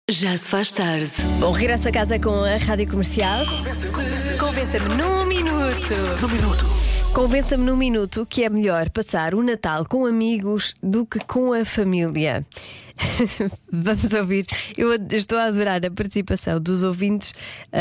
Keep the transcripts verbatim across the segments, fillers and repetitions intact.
Já se faz tarde. Bom, regresso a casa com a Rádio Comercial. Convença-me num minuto. Num minuto. Convença-me num minuto que é melhor passar o Natal com amigos do que com a família. Vamos ouvir. Eu estou a adorar a participação dos ouvintes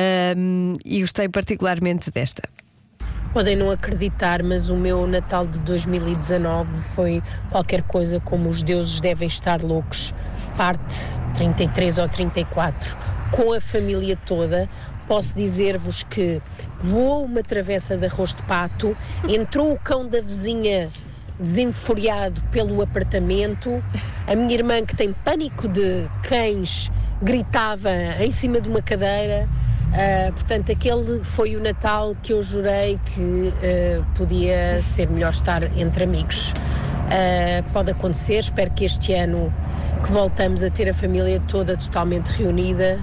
um, e gostei particularmente desta. Podem não acreditar, mas o meu Natal de dois mil e dezanove foi qualquer coisa como Os Deuses Devem Estar Loucos, parte trinta e três ou trinta e quatro, com a família toda. Posso dizer-vos que voou uma travessa de arroz de pato, entrou o cão da vizinha desenfuriado pelo apartamento, a minha irmã, que tem pânico de cães, gritava em cima de uma cadeira. Uh, portanto, aquele foi o Natal que eu jurei que uh, podia ser melhor estar entre amigos. Uh, pode acontecer, espero que este ano que voltamos a ter a família toda totalmente reunida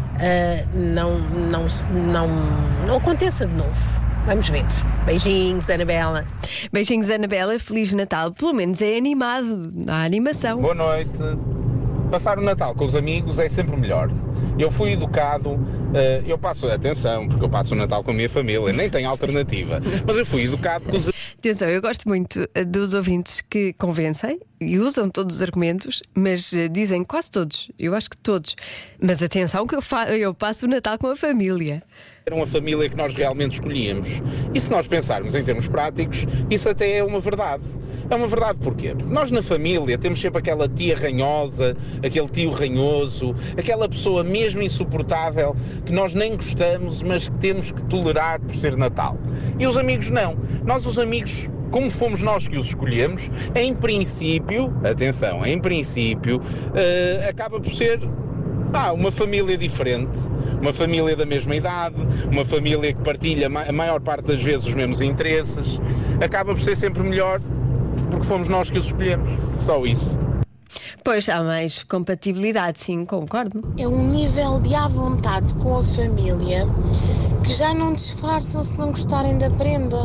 uh, não, não, não, não aconteça de novo. Vamos ver. Beijinhos, Anabela. Beijinhos, Anabela. Feliz Natal. Pelo menos é animado na animação. Boa noite. Passar o Natal com os amigos é sempre melhor. Eu fui educado, eu passo, atenção, porque eu passo o Natal com a minha família, nem tenho alternativa, mas eu fui educado com os... Atenção, eu gosto muito dos ouvintes que convencem e usam todos os argumentos, mas dizem quase todos, eu acho que todos. Mas atenção que eu, fa- eu passo o Natal com a família. Era uma família que nós realmente escolhíamos. E se nós pensarmos em termos práticos, isso até é uma verdade. É uma verdade porquê? Porque nós na família temos sempre aquela tia ranhosa, aquele tio ranhoso, aquela pessoa mesmo insuportável que nós nem gostamos, mas que temos que tolerar por ser Natal. E os amigos não. Nós os amigos, como fomos nós que os escolhemos, em princípio, atenção, em princípio, uh, acaba por ser... Ah, uma família diferente, uma família da mesma idade, uma família que partilha a maior parte das vezes os mesmos interesses, acaba por ser sempre melhor porque fomos nós que os escolhemos, só isso. Pois há mais compatibilidade, sim, concordo. É um nível de à vontade com a família que já não disfarçam se não gostarem da prenda.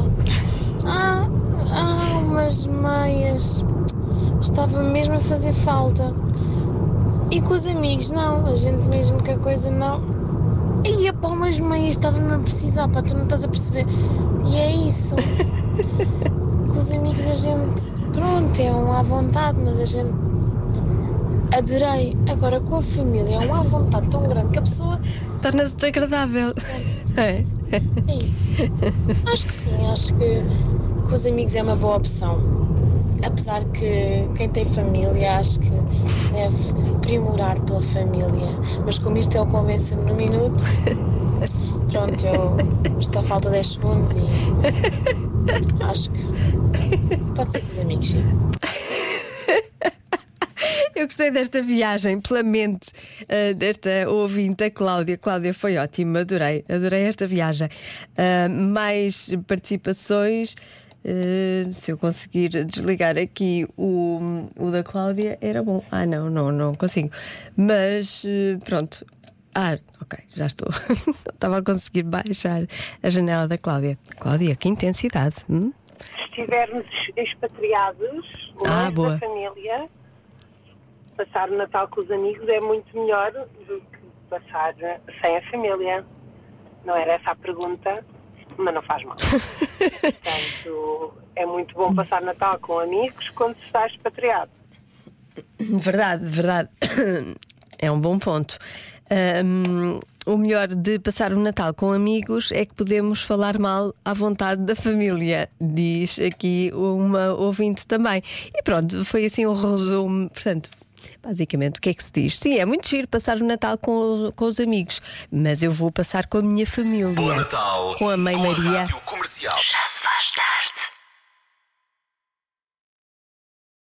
Ah, ah, umas meias, estava mesmo a fazer falta. E com os amigos, não, a gente mesmo que a coisa não. Ia pá, umas meias, estava-me a precisar, pá, tu não estás a perceber. E é isso. Com os amigos a gente, pronto, é um à vontade, mas a gente adorei. Agora com a família é um à vontade tão grande que a pessoa torna-se desagradável. É. É isso. Acho que sim, acho que com os amigos é uma boa opção. Apesar que quem tem família acho que deve primorar pela família. Mas como isto é o convença-me no minuto, pronto, eu estou a falta dez segundos e acho que pode ser com os amigos, sim. Eu gostei desta viagem pela mente uh, desta ouvinte, a Cláudia. Cláudia, foi ótima, adorei, adorei esta viagem. Uh, mais participações. Uh, se eu conseguir desligar aqui o, o da Cláudia era bom. Ah, não, não, não consigo. Mas uh, pronto. Ah, ok, já estou. Estava a conseguir baixar a janela da Cláudia. Cláudia, que intensidade. Hum? Se estivermos expatriados, ah, longe boa. da família, passar o Natal com os amigos é muito melhor do que passar sem a família. Não era essa a pergunta, mas não faz mal. Portanto, é muito bom passar Natal com amigos quando se está expatriado. Verdade, verdade. É um bom ponto. Um, o melhor de passar o Natal com amigos é que podemos falar mal à vontade da família, diz aqui uma ouvinte também. E pronto, foi assim um resumo. Portanto, basicamente, o que é que se diz? Sim, é muito giro passar o Natal com, com os amigos, mas eu vou passar com a minha família. Bom Natal com a Mãe com Maria. A Rádio Comercial. Já se faz tarde.